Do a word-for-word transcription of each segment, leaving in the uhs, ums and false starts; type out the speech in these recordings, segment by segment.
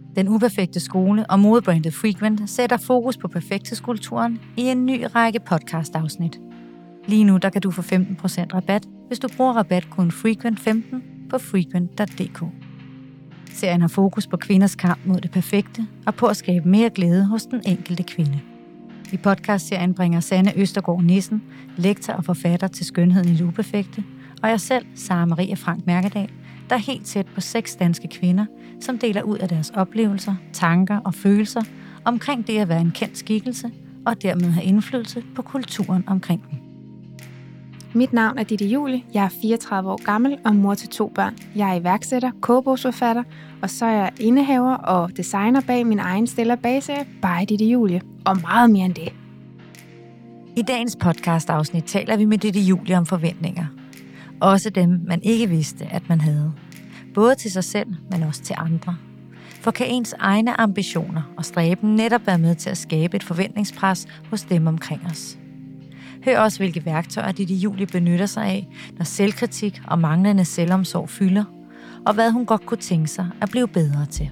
Den uperfekte skole og modebrandet Frequent sætter fokus på perfekthedskulturen i en ny række podcast-afsnit. Lige nu der kan du få femten procent rabat, hvis du bruger rabatkoden frequent femten på frequent punktum d k. Serien har fokus på kvinders kamp mod det perfekte og på at skabe mere glæde hos den enkelte kvinde. I podcastserien bringer Sanne Østergaard Nissen, lektor og forfatter til Skønheden i det uperfekte, og jeg selv, Sara Marie Frank Mærkedal, der er helt tæt på seks danske kvinder, som deler ud af deres oplevelser, tanker og følelser omkring det at være en kendt skikkelse og dermed have indflydelse på kulturen omkring dem. Mit navn er Ditte Julie, jeg er fireogtredive år gammel og mor til to børn. Jeg er iværksætter, kogebogsforfatter, og så er jeg indehaver og designer bag min egen Stella Base by Ditte Julie, og meget mere end det. I dagens podcast-afsnit taler vi med Ditte Julie om forventninger. Også dem, man ikke vidste, at man havde. Både til sig selv, men også til andre. For kan ens egne ambitioner og stræben netop være med til at skabe et forventningspres hos dem omkring os. Hør også, hvilke værktøjer Ditte Julie benytter sig af, når selvkritik og manglende selvomsorg fylder, og hvad hun godt kunne tænke sig at blive bedre til.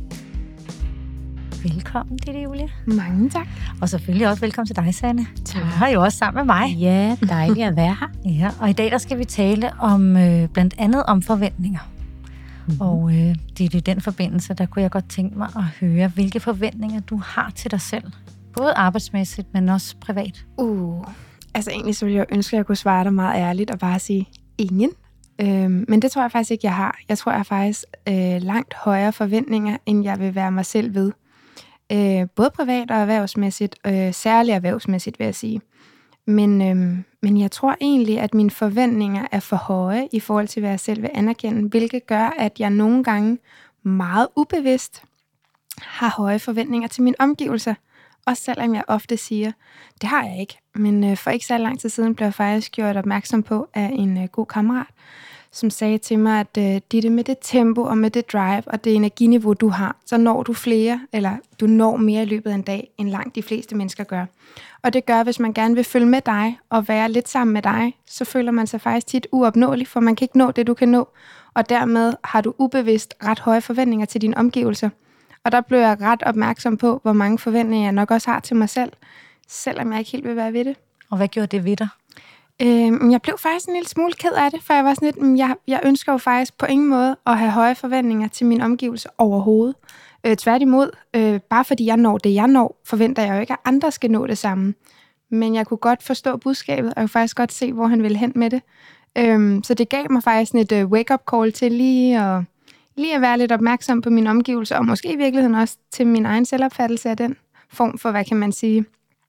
Velkommen, Ditte Julie. Mange tak. Og selvfølgelig også velkommen til dig, Sanne. Tak. Du er jo også sammen med mig. Ja, dejligt at være her. Ja, og i dag der skal vi tale om øh, blandt andet om forventninger. Mm-hmm. Og øh, det er i den forbindelse, der kunne jeg godt tænke mig at høre, hvilke forventninger du har til dig selv. Både arbejdsmæssigt, men også privat. Uh, altså egentlig så ville jeg ønske, at jeg kunne svare dig meget ærligt og bare sige ingen. Øhm, men det tror jeg faktisk ikke, jeg har. Jeg tror, jeg har faktisk øh, langt højere forventninger, end jeg vil være mig selv ved. Øh, både privat og erhvervsmæssigt, øh, særligt erhvervsmæssigt vil jeg sige. Men, øh, men jeg tror egentlig, at mine forventninger er for høje i forhold til, hvad jeg selv vil anerkende, hvilket gør, at jeg nogle gange meget ubevidst har høje forventninger til mine omgivelser. Også selvom jeg ofte siger, det har jeg ikke. Men øh, for ikke så lang tid siden blev jeg faktisk gjort opmærksom på af en øh, god kammerat, som sagde til mig, at øh, det med det tempo og med det drive og det energiniveau, du har, så når du flere, eller du når mere i løbet af en dag, end langt de fleste mennesker gør. Og det gør, hvis man gerne vil følge med dig og være lidt sammen med dig, så føler man sig faktisk tit uopnåelig, for man kan ikke nå det, du kan nå. Og dermed har du ubevidst ret høje forventninger til dine omgivelser. Og der blev jeg ret opmærksom på, hvor mange forventninger jeg nok også har til mig selv, selvom jeg ikke helt vil være ved det. Og hvad gjorde det ved dig? Øh, jeg blev faktisk en lille smule ked af det, for jeg var sådan lidt, jeg, jeg ønsker jo faktisk på ingen måde at have høje forventninger til min omgivelse overhovedet. Øh, tværtimod, øh, bare fordi jeg når det, jeg når, forventer jeg jo ikke, at andre skal nå det samme. Men jeg kunne godt forstå budskabet, og jeg kunne faktisk godt se, hvor han ville hen med det. Øh, så det gav mig faktisk sådan et uh, wake-up call til lige at, lige at være lidt opmærksom på min omgivelse, og måske i virkeligheden også til min egen selvopfattelse af den form for, hvad kan man sige,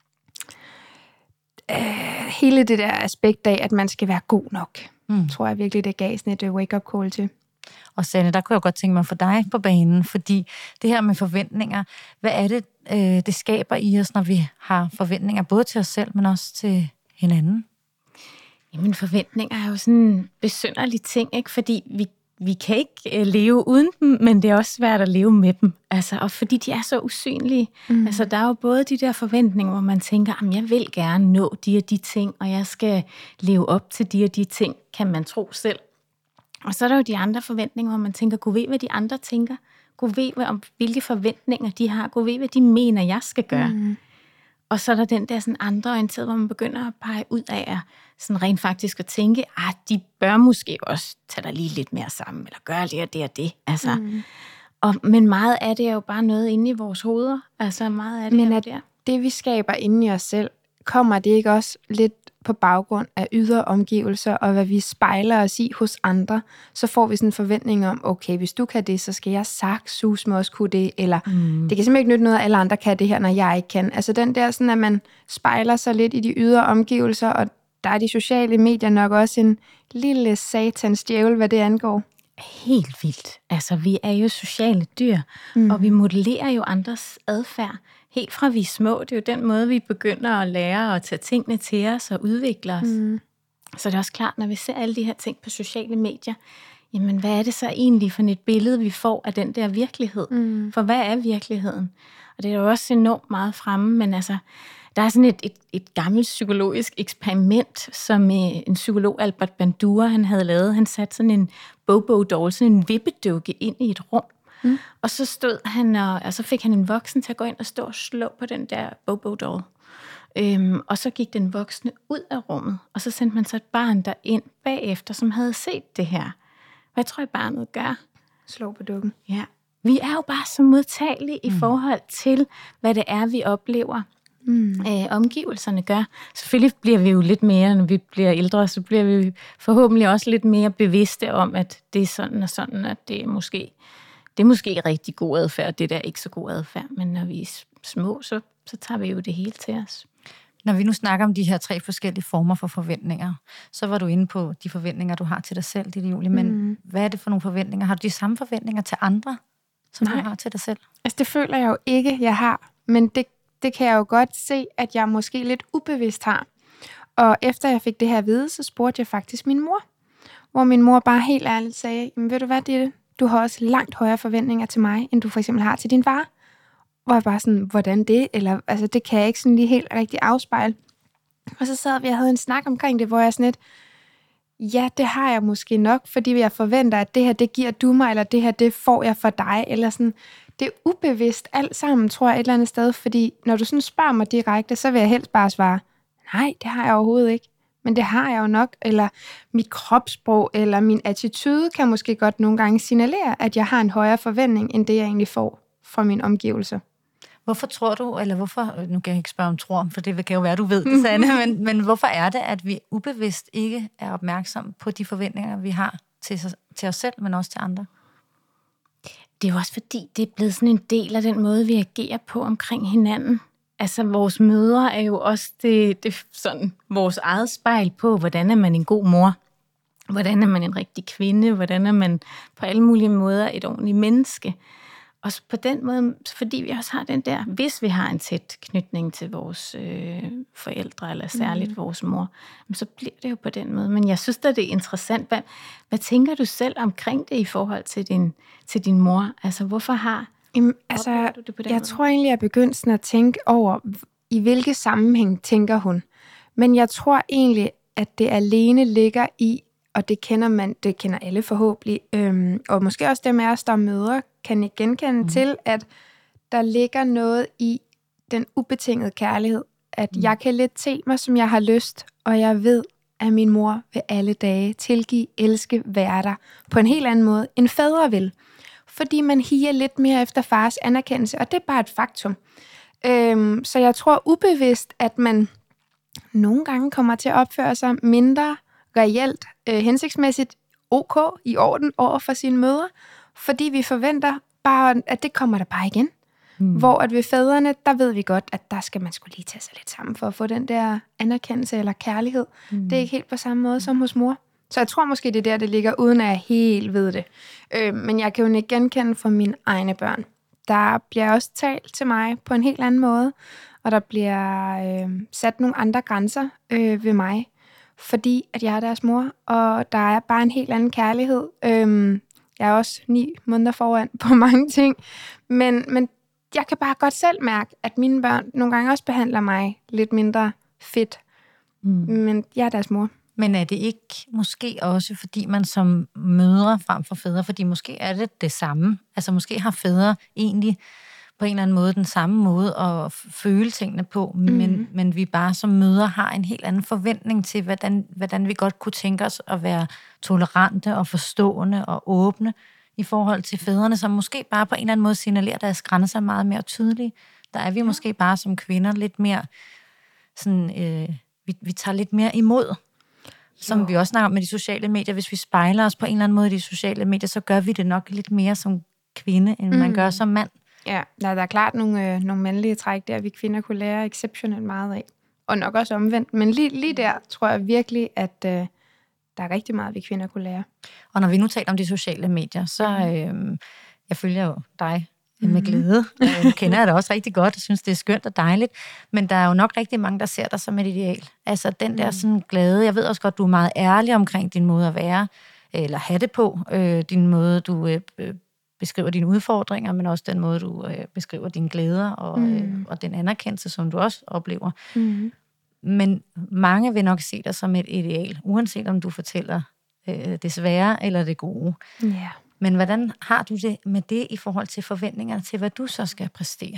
øh, hele det der aspekt af, at man skal være god nok, mm. tror jeg virkelig, det gav sådan et uh, wake-up call til. Og Sanne, der kunne jeg godt tænke mig for dig på banen, fordi det her med forventninger, hvad er det, øh, det skaber i os, når vi har forventninger, både til os selv, men også til hinanden? Jamen, forventninger er jo sådan en besynderlig ting, ikke? Fordi vi, vi kan ikke øh, leve uden dem, men det er også svært at leve med dem. Altså, og fordi de er så usynlige. Mm. Altså, der er jo både de der forventninger, hvor man tænker, at jeg vil gerne nå de og de ting, og jeg skal leve op til de og de ting, kan man tro selv. Og så er der jo de andre forventninger, hvor man tænker, gå ved, hvad de andre tænker. Gå ved, om hvilke forventninger de har. Gå ved, hvad de mener, jeg skal gøre. Mm. Og så er der den der sådan andre orienteret, hvor man begynder at pege ud af, at sådan rent faktisk at tænke, at de bør måske også tage dig lige lidt mere sammen, eller gøre det og det og det. Altså. Mm. Og, men meget af det er jo bare noget inde i vores hoveder. Altså meget af det men er at der. Det, vi skaber inde i os selv, kommer det ikke også lidt på baggrund af ydre omgivelser, og hvad vi spejler os i hos andre, så får vi sådan en forventning om, okay, hvis du kan det, så skal jeg sagssus med også kunne det, eller mm. det kan simpelthen ikke nytte noget, at alle andre kan det her, når jeg ikke kan. Altså den der sådan, at man spejler sig lidt i de ydre omgivelser, og der er de sociale medier nok også en lille satans djævel, hvad det angår. Helt vildt. Altså, vi er jo sociale dyr, mm. og vi modellerer jo andres adfærd. Helt fra vi er små, det er jo den måde, vi begynder at lære at tage tingene til os og udvikle os. Mm. Så det er også klart, når vi ser alle de her ting på sociale medier, jamen hvad er det så egentlig for et billede, vi får af den der virkelighed? Mm. For hvad er virkeligheden? Og det er jo også enormt meget fremme, men altså, der er sådan et, et, et gammelt psykologisk eksperiment, som en psykolog, Albert Bandura, han havde lavet. Han satte sådan en bobo-doll, sådan en vippedukke ind i et rum. Mm. Og så stod han, og, og så fik han en voksen til at gå ind og stå og slå på den der Bobo-doll. Øhm, og så gik den voksne ud af rummet, og så sendte man så et barn derind bagefter, som havde set det her. Hvad tror I, barnet gør? Slå på dukken. Ja. Vi er jo bare så modtagelige mm. i forhold til, hvad det er, vi oplever. Mm. Øh, omgivelserne gør. Selvfølgelig bliver vi jo lidt mere, når vi bliver ældre, så bliver vi forhåbentlig også lidt mere bevidste om, at det er sådan og sådan, at det er måske, det er måske rigtig god adfærd, det der er ikke så god adfærd, men når vi er små, så, så tager vi jo det hele til os. Når vi nu snakker om de her tre forskellige former for forventninger, så var du inde på de forventninger, du har til dig selv, Ditte Julie, men mm. hvad er det for nogle forventninger? Har du de samme forventninger til andre, som Nej. Du har til dig selv? Altså det føler jeg jo ikke, jeg har, men det Det kan jeg jo godt se, at jeg måske lidt ubevidst har. Og efter jeg fik det her at vide, så spurgte jeg faktisk min mor. Hvor min mor bare helt ærligt sagde, men ved du hvad, Ditte? Du har også langt højere forventninger til mig, end du for eksempel har til din far. Hvor jeg bare sådan, hvordan det? Eller, altså, det kan jeg ikke sådan lige helt rigtig afspejle. Og så sad vi og havde en snak omkring det, hvor jeg sådan lidt, ja, det har jeg måske nok, fordi jeg forventer, at det her, det giver du mig, eller det her, det får jeg for dig, eller sådan. Det er ubevidst alt sammen, tror jeg, et eller andet sted, fordi når du sådan spørger mig direkte, så vil jeg helst bare svare, nej, det har jeg overhovedet ikke, men det har jeg jo nok, eller mit kropssprog, eller min attitude kan måske godt nogle gange signalere, at jeg har en højere forventning, end det jeg egentlig får fra mine omgivelser. Hvorfor tror du, eller hvorfor, nu kan jeg ikke spørge om tror, for det kan jo være, du ved det, Sanne, men, men hvorfor er det, at vi ubevidst ikke er opmærksomme på de forventninger, vi har til, til os selv, men også til andre? Det er jo også fordi, det er blevet sådan en del af den måde, vi agerer på omkring hinanden. Altså, vores mødre er jo også det, det sådan, vores eget spejl på, hvordan er man en god mor? Hvordan er man en rigtig kvinde? Hvordan er man på alle mulige måder et ordentligt menneske? Og på den måde, fordi vi også har den der, hvis vi har en tæt knytning til vores øh, forældre, eller særligt mm. vores mor, så bliver det jo på den måde. Men jeg synes da, det er interessant. Hvad, hvad tænker du selv omkring det i forhold til din, til din mor? Altså, hvorfor har Jamen, altså, du det på den jeg måde? Tror egentlig, jeg er begyndt sådan at tænke over, i hvilke sammenhæng tænker hun. Men jeg tror egentlig, at det alene ligger i, og det kender man, det kender alle forhåbentlig, øhm, og måske også dem af os, der er mødre, kan I genkende mm. til, at der ligger noget i den ubetingede kærlighed. At mm. jeg kan lidt se mig, som jeg har lyst, og jeg ved, at min mor vil alle dage tilgive, elske, være der på en helt anden måde, end fædre vil. Fordi man higer lidt mere efter fars anerkendelse, og det er bare et faktum. Øhm, så jeg tror ubevidst, at man nogle gange kommer til at opføre sig mindre reelt, øh, hensigtsmæssigt, ok, i orden over for sine mødre, fordi vi forventer bare, at det kommer der bare igen. Mm. Hvor at ved fædrene, der ved vi godt, at der skal man skulle lige tage sig lidt sammen for at få den der anerkendelse eller kærlighed. Mm. Det er ikke helt på samme måde som hos mor. Så jeg tror måske, det er der, det ligger, uden at jeg helt ved det. Øh, men jeg kan jo ikke genkende for mine egne børn. Der bliver også talt til mig på en helt anden måde, og der bliver øh, sat nogle andre grænser øh, ved mig, fordi at jeg er deres mor, og der er bare en helt anden kærlighed. Øh, jeg er også ni måneder foran på mange ting, men, men jeg kan bare godt selv mærke, at mine børn nogle gange også behandler mig lidt mindre fedt, mm. men jeg er deres mor. Men er det ikke måske også, fordi man som mødre frem for fædre, fordi måske er det det samme, altså måske har fædre egentlig på en eller anden måde den samme måde at føle tingene på, mm. men, men vi bare som mødre har en helt anden forventning til, hvordan, hvordan vi godt kunne tænke os at være tolerante og forstående og åbne i forhold til fædrene, som måske bare på en eller anden måde signalerer deres grænser meget mere tydelige. Der er vi ja. måske bare som kvinder lidt mere sådan, øh, vi, vi tager lidt mere imod. Som jo. vi også snakker om med de sociale medier. Hvis vi spejler os på en eller anden måde i de sociale medier, så gør vi det nok lidt mere som kvinde, end mm. man gør som mand. Ja, der er klart nogle, øh, nogle mandlige træk der, vi kvinder kunne lære exceptionelt meget af. Og nok også omvendt. Men lige, lige der tror jeg virkelig, at øh, der er rigtig meget, vi kvinder kunne lære. Og når vi nu taler om de sociale medier, så øh, jeg følger jo dig med glæde. Jeg kender jeg det også rigtig godt, og synes, det er skønt og dejligt. Men der er jo nok rigtig mange, der ser dig som et ideal. Altså den der sådan glæde. Jeg ved også godt, du er meget ærlig omkring din måde at være, eller have det på. Øh, din måde, du øh, beskriver dine udfordringer, men også den måde, du øh, beskriver dine glæder, og, mm. øh, og den anerkendelse, som du også oplever. Mm. Men mange vil nok se dig som et ideal, uanset om du fortæller øh, det svære eller det gode. Yeah. Men hvordan har du det med det i forhold til forventningerne til, hvad du så skal præstere?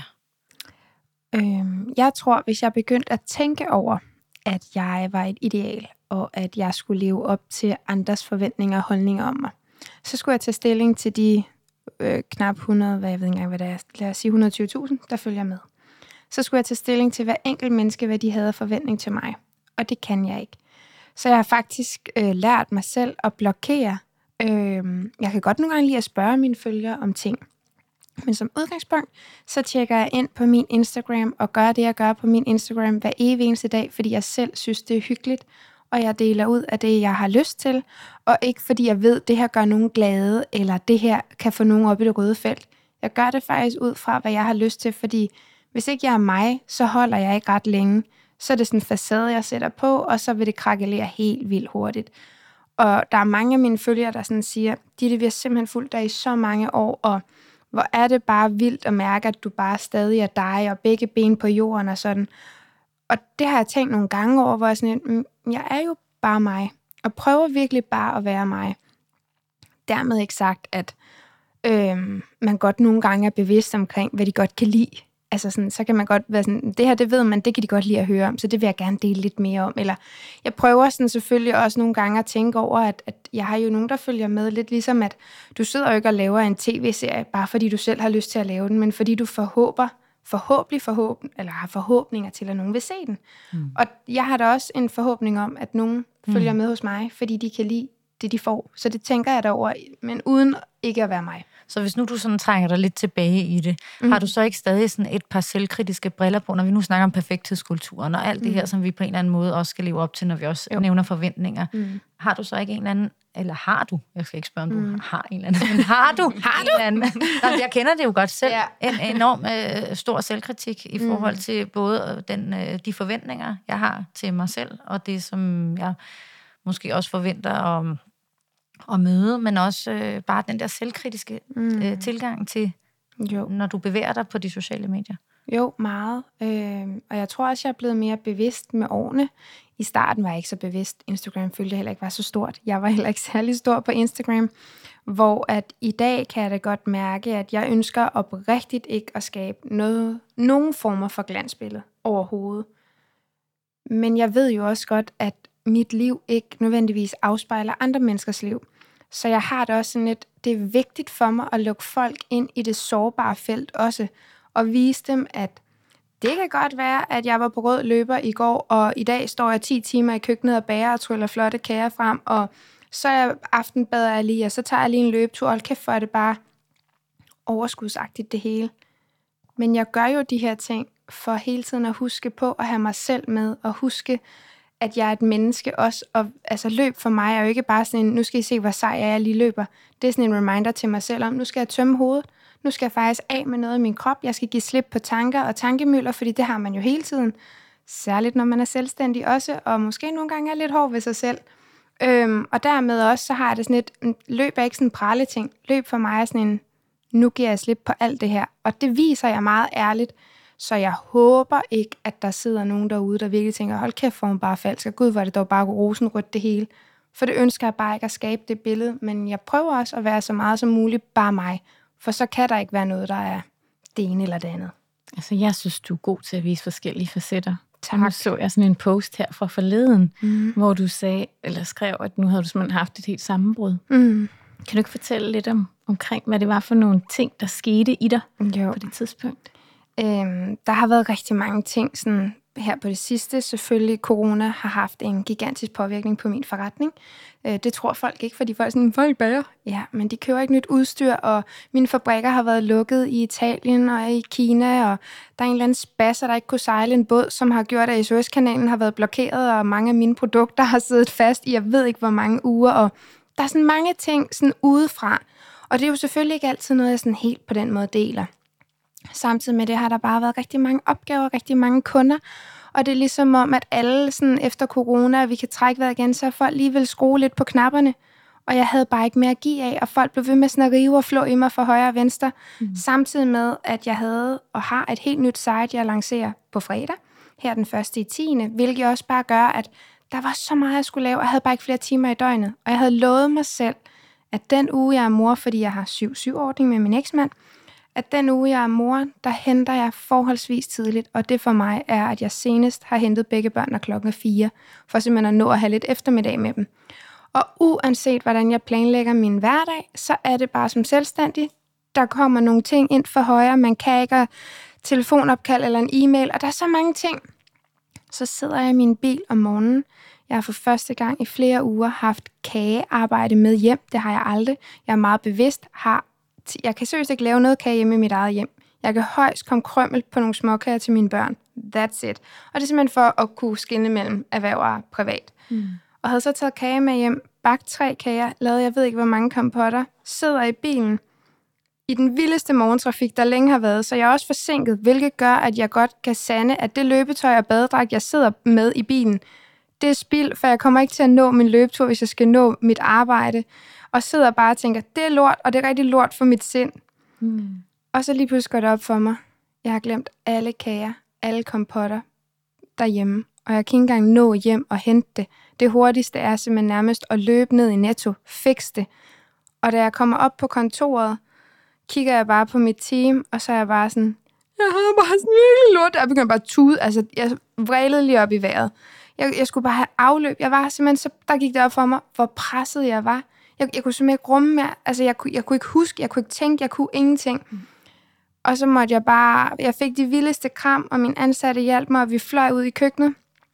Øhm, jeg tror, hvis jeg begyndte at tænke over, at jeg var et ideal, og at jeg skulle leve op til andres forventninger og holdninger om mig, så skulle jeg tage stilling til de øh, knap hundrede, hvad jeg ved ikke engang, hvad det er, lad os sige et hundrede og tyve tusind, der følger med. Så skulle jeg tage stilling til hver enkelt menneske, hvad de havde forventning til mig. Og det kan jeg ikke. Så jeg har faktisk øh, lært mig selv at blokere. Øh, jeg kan godt nogle gange lide at spørge mine følgere om ting. Men som udgangspunkt, så tjekker jeg ind på min Instagram og gør det, jeg gør på min Instagram hver evig eneste dag, fordi jeg selv synes, det er hyggeligt. Og jeg deler ud af det, jeg har lyst til. Og ikke fordi jeg ved, at det her gør nogen glade, eller det her kan få nogen op i det røde felt. Jeg gør det faktisk ud fra, hvad jeg har lyst til, fordi hvis ikke jeg er mig, så holder jeg ikke ret længe. Så er det sådan en facade, jeg sætter på, og så vil det krakelere helt vildt hurtigt. Og der er mange af mine følgere, der sådan siger, Ditte, vi har simpelthen fulgt dig i så mange år, og hvor er det bare vildt at mærke, at du bare stadig er dig, og begge ben på jorden og sådan. Og det har jeg tænkt nogle gange over, hvor jeg sådan, jeg er jo bare mig, og prøver virkelig bare at være mig. Dermed ikke sagt, at øh, man godt nogle gange er bevidst omkring, hvad de godt kan lide. Altså sådan, så kan man godt være sådan, det her, det ved man, det kan de godt lide at høre om, så det vil jeg gerne dele lidt mere om. Eller jeg prøver sådan selvfølgelig også nogle gange at tænke over, at, at jeg har jo nogen, der følger med, lidt ligesom at du sidder jo ikke og laver en tv-serie, bare fordi du selv har lyst til at lave den, men fordi du forhåber, forhåbentlig forhåbning, eller har forhåbninger til, at nogen vil se den. Mm. Og jeg har da også en forhåbning om, at nogen mm. følger med hos mig, fordi de kan lide det, de får. Så det tænker jeg derover, men uden ikke at være mig. Så hvis nu du sådan trænger dig lidt tilbage i det, mm. har du så ikke stadig sådan et par selvkritiske briller på, når vi nu snakker om perfekthedskulturen og alt det mm. her, som vi på en eller anden måde også skal leve op til, når vi også jo. nævner forventninger. Mm. Har du så ikke en eller anden, eller har du, jeg skal ikke spørge, om du mm. har en eller anden, men har du har en du? Eller anden, nå, jeg kender det jo godt selv, ja. en enorm øh, stor selvkritik i mm. forhold til både den, øh, de forventninger, jeg har til mig selv, og det, som jeg måske også forventer om at møde, men også øh, bare den der selvkritiske mm. øh, tilgang til, jo. når du bevæger dig på de sociale medier. Jo, meget. Øh, og jeg tror også, jeg er blevet mere bevidst med årene. I starten var jeg ikke så bevidst. Instagram følte jeg heller ikke var så stort. Jeg var heller ikke særlig stor på Instagram. Hvor at i dag kan jeg da godt mærke, at jeg ønsker oprigtigt ikke at skabe noget, nogen former for glansbillede overhovedet. Men jeg ved jo også godt, at mit liv ikke nødvendigvis afspejler andre menneskers liv. Så jeg har det også sådan lidt, det er vigtigt for mig at lukke folk ind i det sårbare felt også, og vise dem, at det kan godt være, at jeg var på rød løber i går, og i dag står jeg ti timer i køkkenet og bager og tryller flotte kager frem, og så er aftenbader jeg lige, og så tager jeg lige en løbetur, og kæft for er det bare overskudsagtigt det hele. Men jeg gør jo de her ting for hele tiden at huske på at have mig selv med, og huske, at jeg er et menneske også, og altså løb for mig er jo ikke bare sådan en, nu skal I se, hvor sej jeg, jeg lige løber. Det er sådan en reminder til mig selv om, nu skal jeg tømme hovedet, nu skal jeg faktisk af med noget i min krop, jeg skal give slip på tanker og tankemøller, fordi det har man jo hele tiden. Særligt når man er selvstændig også, og måske nogle gange er lidt hård ved sig selv. Øhm, og dermed også, så har jeg det sådan et, løb er ikke sådan en prale-ting. Løb for mig er sådan en, nu giver jeg slip på alt det her. Og det viser jeg meget ærligt. Så jeg håber ikke, at der sidder nogen derude, der virkelig tænker, hold kæft, for hun bare falsk, og gud, hvor er det dog bare rosenrødt det hele. For det ønsker jeg bare ikke at skabe det billede, men jeg prøver også at være så meget som muligt bare mig, for så kan der ikke være noget, der er det ene eller det andet. Altså, jeg synes, du er god til at vise forskellige facetter. Tak. Nu så jeg sådan en post her fra forleden, mm. hvor du sagde, eller skrev, at nu havde du simpelthen haft et helt sammenbrud. Mm. Kan du ikke fortælle lidt om, omkring, hvad det var for nogle ting, der skete i dig jo. På det tidspunkt? Øhm, der har været rigtig mange ting sådan her på det sidste. Selvfølgelig, corona har haft en gigantisk påvirkning på min forretning. Øh, det tror folk ikke, fordi folk er sådan, folk bager. Ja, men de køber ikke nyt udstyr, og mine fabrikker har været lukket i Italien og i Kina, og der er en eller anden spasser, der ikke kunne sejle en båd, som har gjort, at Suezkanalen har været blokeret, og mange af mine produkter har siddet fast i, jeg ved ikke hvor mange uger, og der er sådan mange ting sådan udefra. Og det er jo selvfølgelig ikke altid noget, jeg sådan helt på den måde deler. Samtidig med det har der bare været rigtig mange opgaver, rigtig mange kunder, og det er ligesom om, at alle sådan efter corona, vi kan trække vejret igen, så folk lige vil skrue lidt på knapperne, og jeg havde bare ikke mere at give af, og folk blev ved med sådan at rive og flå i mig fra højre og venstre, mm. samtidig med, at jeg havde og har et helt nyt site, jeg lancerer på fredag, her den første i tiende, hvilket også bare gør, at der var så meget, jeg skulle lave, og jeg havde bare ikke flere timer i døgnet, og jeg havde lovet mig selv, at den uge, jeg er mor, fordi jeg har syv syv-ordning med min eksmand, at den uge, jeg er mor, der henter jeg forholdsvis tidligt, og det for mig er, at jeg senest har hentet begge børn, når klokken er fire, for simpelthen at nå at have lidt eftermiddag med dem. Og uanset hvordan jeg planlægger min hverdag, så er det bare som selvstændig. Der kommer nogle ting ind for højre, man kan ikke have telefonopkald eller en e-mail, og der er så mange ting. Så sidder jeg i min bil om morgenen. Jeg har for første gang i flere uger haft kagearbejde med hjem. Det har jeg aldrig. Jeg er meget bevidst. Har jeg kan seriøst ikke lave noget kage hjemme i mit eget hjem. Jeg kan højst komme krømmel på nogle småkager til mine børn. That's it. Og det er simpelthen for at kunne skelne mellem erhverv og privat. Mm. Og havde så taget kage med hjem, bagt tre kager, lavede jeg ved ikke hvor mange kompotter, sidder i bilen i den vildeste morgentrafik, der længe har været, så jeg er også forsinket, hvilket gør, at jeg godt kan sande, at det løbetøj og badedragt, jeg sidder med i bilen, det er spild, for jeg kommer ikke til at nå min løbetur, hvis jeg skal nå mit arbejde. Og sidder bare og tænker, det er lort, og det er rigtig lort for mit sind. Mm. Og så lige pludselig går det op for mig. Jeg har glemt alle kager, alle kompotter derhjemme, og jeg kan ikke engang nå hjem og hente det. Det hurtigste er simpelthen nærmest at løbe ned i Netto, fikse det. Og da jeg kommer op på kontoret, kigger jeg bare på mit team, og så er jeg bare sådan, jeg har bare sådan virkelig lort. Jeg begynder bare at tude, altså jeg vrælede lige op i vejret. Jeg, jeg skulle bare have afløb. Jeg var simpelthen, så der gik det op for mig, hvor presset jeg var. Jeg, jeg kunne simpelthen ikke rumme mere. Altså jeg, jeg kunne ikke huske, jeg kunne ikke tænke, jeg kunne ingenting. Mm. Og så måtte jeg bare, jeg fik de vildeste kram, og min ansatte hjalp mig, og vi fløj ud i køkkenet.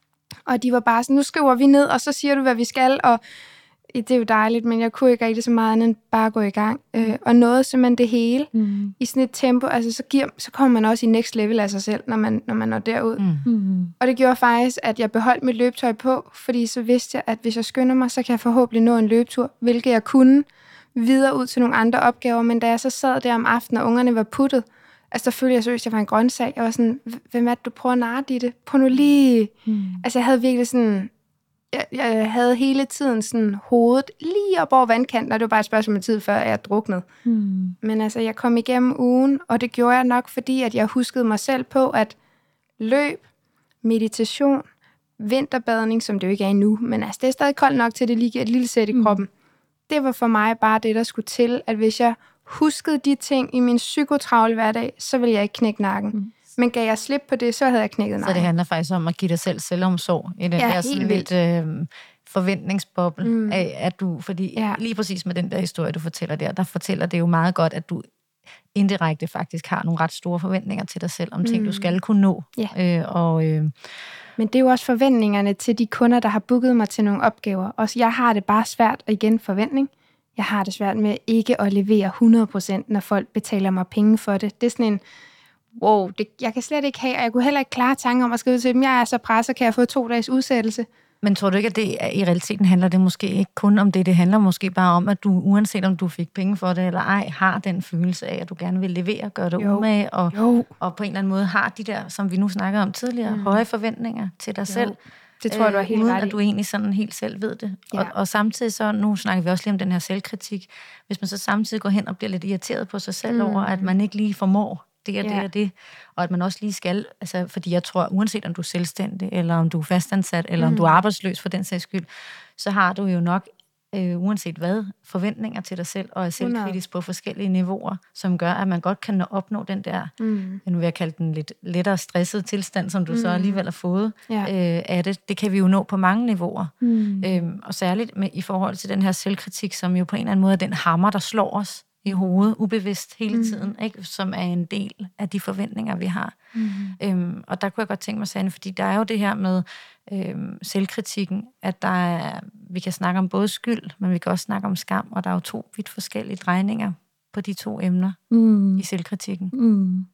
Og de var bare sådan, nu skriver vi ned, og så siger du, hvad vi skal, og det er jo dejligt, men jeg kunne ikke rigtig så meget andet end bare gå i gang. Øh, og nåede simpelthen det hele mm. i sådan et tempo. Altså, så, giver, så kommer man også i next level af sig selv, når man, når man når derud. Mm. Og det gjorde faktisk, at jeg beholdt mit løbetøj på, fordi så vidste jeg, at hvis jeg skynder mig, så kan jeg forhåbentlig nå en løbetur, hvilket jeg kunne videre ud til nogle andre opgaver. Men da jeg så sad der om aftenen, og ungerne var puttet, altså der følte jeg seriøst, at jeg var en grøntsag. Jeg var sådan, hvem er det, du prøver at narre i det? Prøv nu lige. Mm. Altså, jeg havde virkelig sådan... Jeg, jeg havde hele tiden sådan hovedet lige op over vandkanten, og det var bare et spørgsmål om tid, før jeg druknede. Mm. Men altså, jeg kom igennem ugen, og det gjorde jeg nok, fordi at jeg huskede mig selv på, at løb, meditation, vinterbadning, som det jo ikke er endnu, men altså, det er stadig koldt nok til, at det lige giver et lille sæt i kroppen. Mm. Det var for mig bare det, der skulle til, at hvis jeg huskede de ting i min psykotravle hverdag, så ville jeg ikke knække nakken. Mm. Men gav jeg slip på det, så havde jeg knækket nakken. Så det handler faktisk om at give dig selv selvomsorg i den ja, der sådan lidt øh, forventningsboble mm. af, at du, fordi ja. lige præcis med den der historie, du fortæller der, der fortæller det jo meget godt, at du indirekte faktisk har nogle ret store forventninger til dig selv, om ting, mm. du skal kunne nå. Ja. Øh, og, øh, Men det er jo også forventningerne til de kunder, der har booket mig til nogle opgaver. Og jeg har det bare svært, og igen forventning, jeg har det svært med ikke at levere hundrede procent, når folk betaler mig penge for det. Det er sådan en wow, det, jeg kan slet ikke have, og jeg kunne heller ikke klare tanker om at skrive til dem, jeg er så presset, kan jeg få to dages udsættelse. Men tror du ikke, at det i realiteten handler det måske ikke kun om det, det handler måske bare om, at du, uanset om du fik penge for det eller ej, har den følelse af, at du gerne vil levere, gøre det umage, og, og på en eller anden måde har de der, som vi nu snakker om tidligere, mm. høje forventninger til dig jo. selv. Det tror jeg, du er helt uden ret i. at du egentlig sådan helt selv ved det. Ja. Og, og samtidig så, nu snakker vi også lige om den her selvkritik, hvis man så samtidig går hen og bliver lidt irriteret på sig selv mm. over, at man ikke lige formår det og det ja. og det, og at man også lige skal, altså, fordi jeg tror, uanset om du er selvstændig, eller om du er fastansat, eller mm. om du er arbejdsløs for den sags skyld, så har du jo nok, øh, uanset hvad, forventninger til dig selv, og er selvkritisk på forskellige niveauer, som gør, at man godt kan opnå den der, mm. nu vil jeg kalde den lidt lettere stresset tilstand, som du mm. så alligevel har fået ja. øh, af det. Det kan vi jo nå på mange niveauer. Mm. Øhm, og særligt med, i forhold til den her selvkritik, som jo på en eller anden måde er den hammer, der slår os i hovedet, ubevidst hele tiden, mm. ikke? Som er en del af de forventninger, vi har. Mm. Øhm, og der kunne jeg godt tænke mig, Sanne, fordi der er jo det her med øhm, selvkritikken, at der er, vi kan snakke om både skyld, men vi kan også snakke om skam, og der er jo to vidt forskellige drejninger på de to emner mm. i selvkritikken. Mm.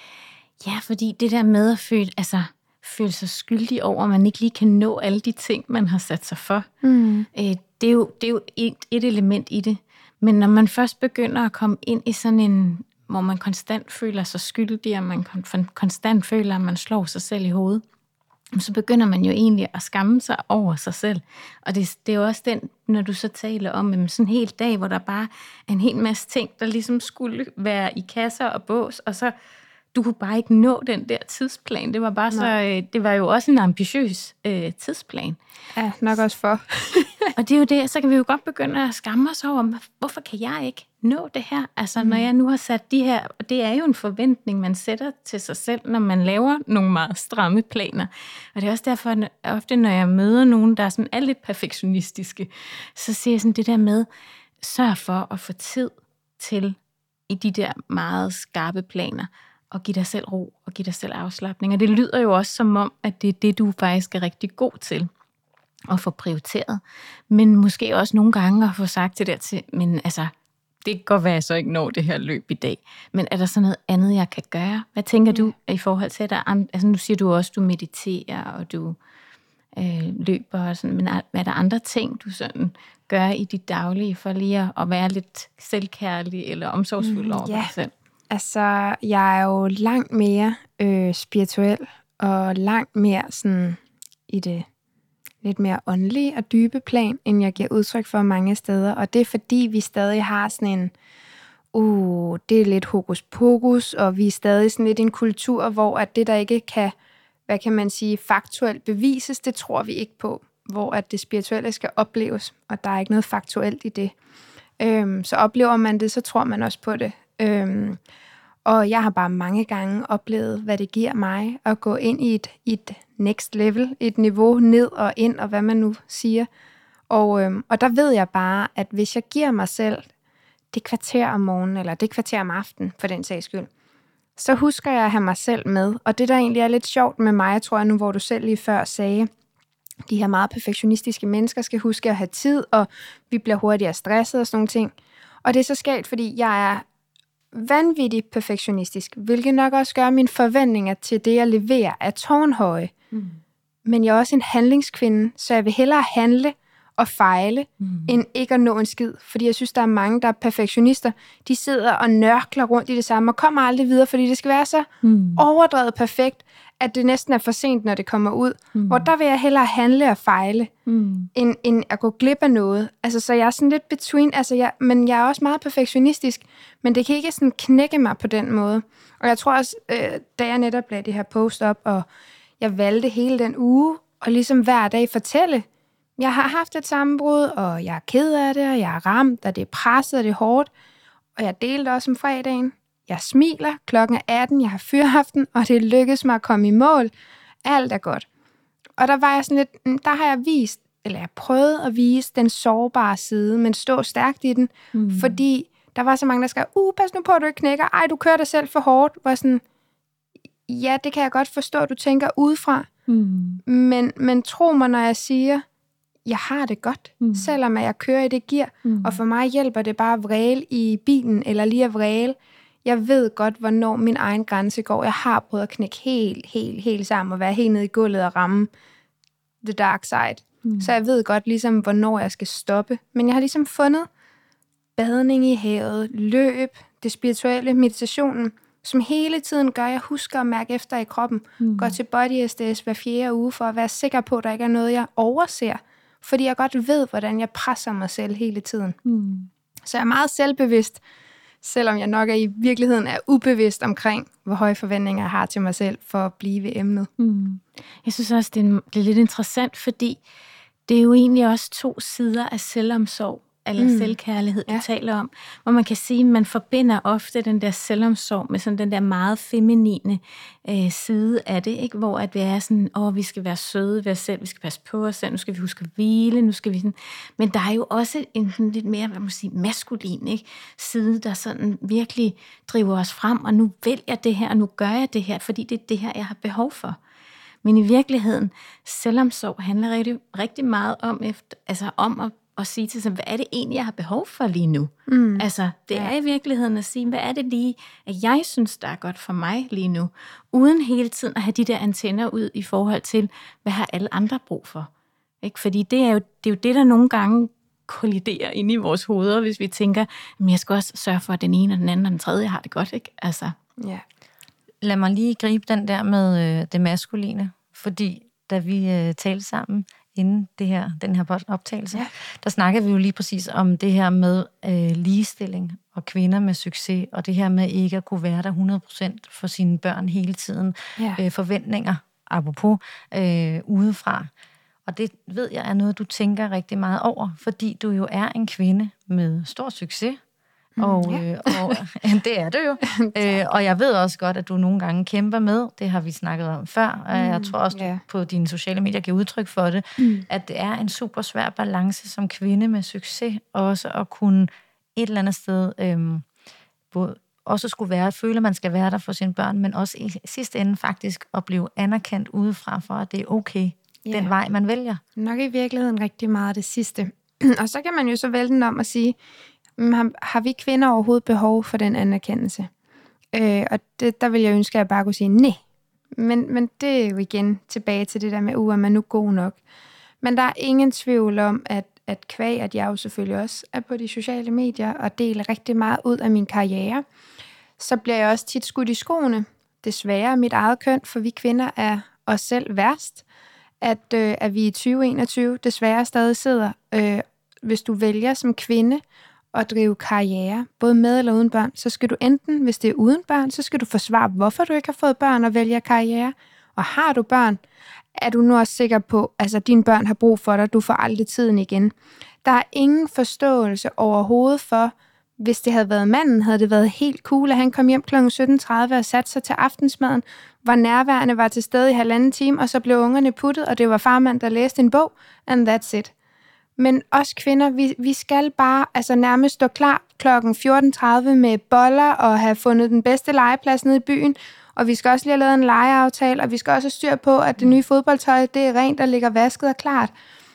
Ja, fordi det der med at føle, altså, føle sig skyldig over, at man ikke lige kan nå alle de ting, man har sat sig for, mm. øh, det er jo, det er jo et, et element i det. Men når man først begynder at komme ind i sådan en, hvor man konstant føler sig skyldig, og man konstant føler, at man slår sig selv i hovedet, så begynder man jo egentlig at skamme sig over sig selv. Og det, det er jo også den, når du så taler om sådan en hel dag, hvor der bare er en hel masse ting, der ligesom skulle være i kasser og bås, og så du kunne bare ikke nå den der tidsplan. Det var bare så, øh, det var jo også en ambitiøs øh, tidsplan. Ja, nok også for. Og det er jo det, så kan vi jo godt begynde at skamme os over, hvorfor kan jeg ikke nå det her? Altså, mm. når jeg nu har sat de her, og det er jo en forventning, man sætter til sig selv, når man laver nogle meget stramme planer. Og det er også derfor, at ofte, når jeg møder nogen, der er sådan er lidt perfektionistiske, så siger jeg sådan det der med, sørg for at få tid til i de der meget skarpe planer, og give dig selv ro, og give dig selv afslapning. Og det lyder jo også som om, at det er det, du faktisk er rigtig god til at få prioriteret. Men måske også nogle gange at få sagt det der til, men altså, det kan godt være, at jeg så ikke når det her løb i dag. Men er der så noget andet, jeg kan gøre? Hvad tænker du i forhold til, at der er, altså nu siger du også, at du mediterer, og du øh, løber og sådan, men er, er der andre ting, du sådan gør i dit daglige, for lige at, at være lidt selvkærlig eller omsorgsfuld over mm, yeah. dig selv? Altså, jeg er jo langt mere øh, spirituel, og langt mere sådan i det lidt mere åndelige og dybe plan, end jeg giver udtryk for mange steder. Og det er fordi, vi stadig har sådan en, uh, det er lidt hokus pokus, og vi er stadig sådan lidt en kultur, hvor at det, der ikke kan, hvad kan man sige, faktuelt bevises, det tror vi ikke på. Hvor at det spirituelle skal opleves, og der er ikke noget faktuelt i det. Øhm, så oplever man det, så tror man også på det. Øhm, og jeg har bare mange gange oplevet, hvad det giver mig at gå ind i et, et next level, et niveau ned og ind, og hvad man nu siger. Og, øhm, og der ved jeg bare, at hvis jeg giver mig selv det kvarter om morgenen, eller det kvarter om aftenen, for den sags skyld, så husker jeg at have mig selv med. Og det, der egentlig er lidt sjovt med mig, tror jeg nu, hvor du selv lige før sagde, de her meget perfektionistiske mennesker skal huske at have tid, og vi bliver hurtigere stresset og sådan nogle ting. Og det er så skægt, fordi jeg er vanvittigt perfektionistisk, hvilket nok også gør mine forventninger til det, jeg leverer, er tårnhøje. Mm. Men jeg er også en handlingskvinde, så jeg vil hellere handle og fejle, mm. end ikke at nå en skid. Fordi jeg synes, der er mange, der er perfektionister. De sidder og nørkler rundt i det samme, og kommer aldrig videre, fordi det skal være så mm. overdrevet perfekt, at det næsten er for sent, når det kommer ud. Mm. Hvor der vil jeg hellere handle og fejle, mm. end, end at gå glip af noget. Altså, så jeg er sådan lidt between, altså jeg, men jeg er også meget perfektionistisk, men det kan ikke sådan knække mig på den måde. Og jeg tror også, øh, da jeg netop lagde det her post op, og jeg valgte hele den uge, og ligesom hver dag fortælle, jeg har haft et sammenbrud, og jeg er ked af det, og jeg er ramt, og det er presset, og det er hårdt. Og jeg delte også om fredagen. Jeg smiler, klokken er atten, jeg har fyraften, og det lykkedes mig at komme i mål. Alt er godt. Og der var jeg sådan lidt, der har jeg vist, eller jeg prøvede at vise den sårbare side, men stå stærkt i den, mm. fordi der var så mange, der skrev, uh, pas nu på, at du ikke knækker. Ej, du kører dig selv for hårdt. Var sådan, ja, det kan jeg godt forstå, at du tænker udefra. Mm. Men, men tro mig, når jeg siger, jeg har det godt, mm. selvom jeg kører i det gear. Mm. Og for mig hjælper det bare at vræle i bilen, eller lige at vræle. Jeg ved godt, hvornår min egen grænse går. Jeg har prøvet at knække helt, helt, helt sammen, og være helt nede i gulvet og ramme the dark side. Mm. Så jeg ved godt, ligesom, hvornår jeg skal stoppe. Men jeg har ligesom fundet badning i havet, løb, det spirituelle, meditationen, som hele tiden gør, at jeg husker at mærke efter i kroppen. Mm. Går til body S D S hver fjerde uge, for at være sikker på, at der ikke er noget, jeg overser. Fordi jeg godt ved, hvordan jeg presser mig selv hele tiden. Mm. Så jeg er meget selvbevidst, selvom jeg nok er i virkeligheden er ubevidst omkring, hvor høje forventninger jeg har til mig selv for at blive ved emnet. Mm. Jeg synes også, det er, det er lidt interessant, fordi det er jo egentlig også to sider af selvomsorg, eller mm. selvkærlighed, vi ja. taler om, hvor man kan sige, at man forbinder ofte den der selvomsorg med sådan den der meget feminine øh, side af det, ikke? Hvor at vi er sådan, åh, vi skal være søde ved os selv, vi skal passe på os selv, nu skal vi huske at hvile, nu skal vi sådan. Men der er jo også en sådan lidt mere, hvad man sige, maskulin, ikke? Side, der sådan virkelig driver os frem, og nu vælger jeg det her, og nu gør jeg det her, fordi det er det her, jeg har behov for. Men i virkeligheden, selvomsorg handler rigtig, rigtig meget om, efter, altså om at og sige til sig, hvad er det egentlig, jeg har behov for lige nu? Mm. Altså, det ja. er i virkeligheden at sige, hvad er det lige, at jeg synes, der er godt for mig lige nu? Uden hele tiden at have de der antenner ud i forhold til, hvad har alle andre brug for? Ikke? Fordi det er, jo, det er jo det, der nogle gange kolliderer inde i vores hoveder, hvis vi tænker, men jeg skal også sørge for, at den ene og den anden og den tredje har det godt, ikke? Altså. Ja. Lad mig lige gribe den der med øh, det maskuline, fordi da vi øh, talte sammen, inden det her, den her optagelse, ja. der snakker vi jo lige præcis om det her med øh, ligestilling og kvinder med succes, og det her med ikke at kunne være der hundrede procent for sine børn hele tiden. Ja. Øh, forventninger, apropos, øh, udefra. Og det ved jeg er noget, du tænker rigtig meget over, fordi du jo er en kvinde med stor succes. Og, mm, ja. øh, og det er det jo. øh, og jeg ved også godt, at du nogle gange kæmper med, det har vi snakket om før, og mm, jeg tror også, du yeah. på dine sociale medier giver udtryk for det, mm. at det er en super svær balance som kvinde med succes, også at kunne et eller andet sted, øhm, både, også skulle være, føle, at man skal være der for sine børn, men også i sidste ende faktisk at blive anerkendt udefra for, at det er okay, yeah. den vej, man vælger. Nok i virkeligheden rigtig meget det sidste. Og så kan man jo så vælge den om at sige, Har, har vi kvinder overhovedet behov for den anerkendelse? Øh, og det, der vil jeg ønske, at jeg bare kunne sige nej. Men, men det er jo igen tilbage til det der med, uh, er man nu god nok? Men der er ingen tvivl om, at, at kvæg, at jeg jo selvfølgelig også er på de sociale medier og deler rigtig meget ud af min karriere, så bliver jeg også tit skudt i skoene. Desværre er mit eget køn, for vi kvinder er os selv værst, at, øh, at vi i tyve enogtyve desværre stadig sidder, øh, hvis du vælger som kvinde at drive karriere, både med eller uden børn, så skal du enten, hvis det er uden børn, så skal du forsvare, hvorfor du ikke har fået børn og vælger karriere. Og har du børn, er du nu også sikker på, altså dine børn har brug for dig, du får aldrig tiden igen. Der er ingen forståelse overhovedet for, hvis det havde været manden, havde det været helt cool, at han kom hjem klokken sytten tredive og satte sig til aftensmaden, var nærværende, var til stede i halvanden time, og så blev ungerne puttet, og det var farmand, der læste en bog, and that's it. Men os kvinder, vi, vi skal bare altså nærmest stå klar klokken fjorten tredive med boller og have fundet den bedste legeplads nede i byen. Og vi skal også lige have lavet en legeaftale, og vi skal også have styr på, at det nye fodboldtøj, det er rent og ligger vasket og klart.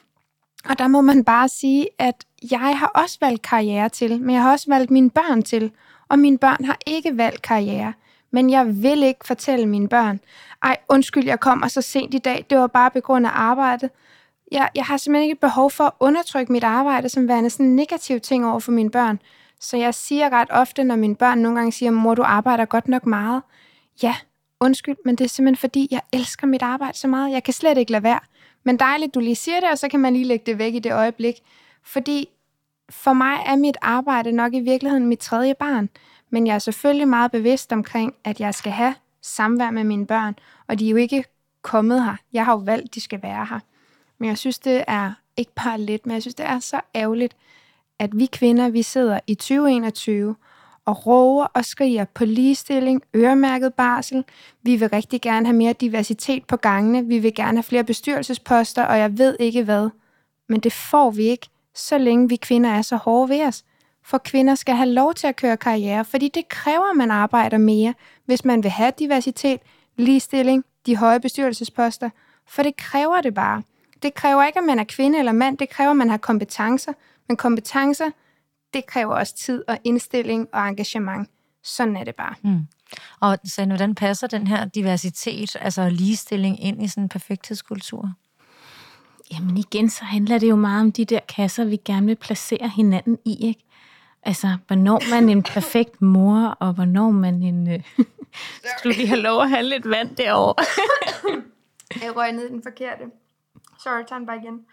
Og der må man bare sige, at jeg har også valgt karriere til, men jeg har også valgt mine børn til. Og mine børn har ikke valgt karriere. Men jeg vil ikke fortælle mine børn, ej, undskyld, jeg kommer så sent i dag, det var bare på grund af arbejdet. Jeg, jeg har simpelthen ikke behov for at undertrykke mit arbejde som værende sådan en negativ ting over for mine børn. Så jeg siger ret ofte, når mine børn nogle gange siger, mor, du arbejder godt nok meget. Ja, undskyld, men det er simpelthen fordi, jeg elsker mit arbejde så meget. Jeg kan slet ikke lade være. Men dejligt, du lige siger det, og så kan man lige lægge det væk i det øjeblik. Fordi for mig er mit arbejde nok i virkeligheden mit tredje barn. Men jeg er selvfølgelig meget bevidst omkring, at jeg skal have samvær med mine børn. Og de er jo ikke kommet her. Jeg har jo valgt, at de skal være her. Men jeg synes, det er ikke bare lidt, men jeg synes, det er så ærgerligt, at vi kvinder, vi sidder i tyve enogtyve og råber og skriger på ligestilling, øremærket barsel. Vi vil rigtig gerne have mere diversitet på gangene. Vi vil gerne have flere bestyrelsesposter, og jeg ved ikke hvad. Men det får vi ikke, så længe vi kvinder er så hårde ved os. For kvinder skal have lov til at køre karriere, fordi det kræver, at man arbejder mere, hvis man vil have diversitet, ligestilling, de høje bestyrelsesposter. For det kræver det bare. Det kræver ikke, at man er kvinde eller mand. Det kræver, at man har kompetencer. Men kompetencer, det kræver også tid og indstilling og engagement. Sådan er det bare. Mm. Og så hvordan passer den her diversitet, altså ligestilling, ind i sådan en perfekthedskultur? Jamen igen, så handler det jo meget om de der kasser, vi gerne vil placere hinanden i, ikke? Altså, hvornår man en perfekt mor, og hvornår man en... Øh... Skulle du lige have lov at have lidt vand derovre? Jeg røg ned i den forkerte. Sorry, tag den bare igen.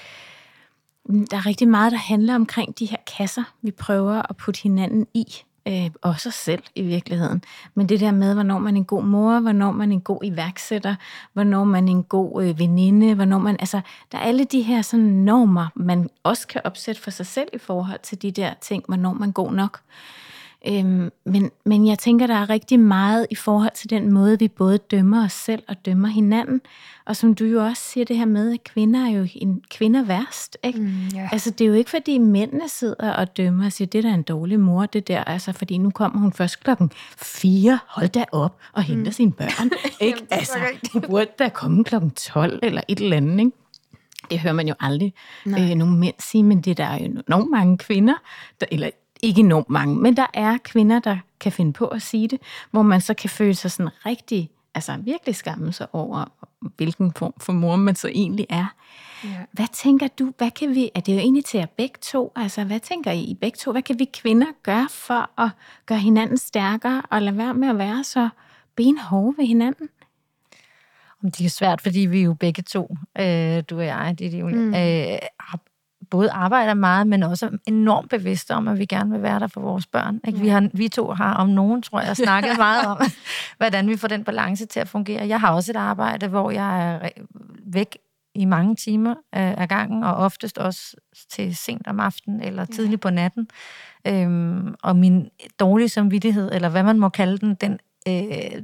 Der er rigtig meget, der handler omkring de her kasser, vi prøver at putte hinanden i. Øh, også os selv i virkeligheden. Men det der med, hvornår man er en god mor, hvornår man er en god iværksætter, hvornår man er en god øh, veninde, hvornår man... Altså, der er alle de her sådan normer, man også kan opsætte for sig selv i forhold til de der ting, hvornår man er god nok. Øhm, men, men jeg tænker, der er rigtig meget i forhold til den måde, vi både dømmer os selv og dømmer hinanden. Og som du jo også siger det her med, at kvinder er jo en kvinder værst, ikke? Mm, yeah. Altså det er jo ikke, fordi mændene sidder og dømmer og siger, det der er en dårlig mor, det der, altså fordi nu kommer hun først klokken fire, hold da op og henter mm. sine børn, ikke? Jamen, altså, hun burde da komme klokken tolv eller et eller andet, ikke? Det hører man jo aldrig øh, nogen mænd sige, men det der er jo enormt mange kvinder, der, eller ikke enormt mange, men der er kvinder, der kan finde på at sige det, hvor man så kan føle sig sådan rigtig, altså virkelig skamme sig over, hvilken form for mor man så egentlig er. Ja. Hvad tænker du, hvad kan vi, er det jo egentlig til jer begge to, altså hvad tænker I begge to, hvad kan vi kvinder gøre for at gøre hinanden stærkere, og lade være med at være så benhårde ved hinanden? Det er svært, fordi vi jo begge to, øh, du og jeg, det er jo, mm. øh, både arbejder meget, men også enormt bevidste om, at vi gerne vil være der for vores børn. Ikke? Ja. Vi, har, vi to har om nogen, tror jeg, snakket meget om, hvordan vi får den balance til at fungere. Jeg har også et arbejde, hvor jeg er væk i mange timer af gangen, og oftest også til sent om aftenen eller tidligt ja. på natten. Øhm, og min dårlige samvittighed, eller hvad man må kalde den, den øh,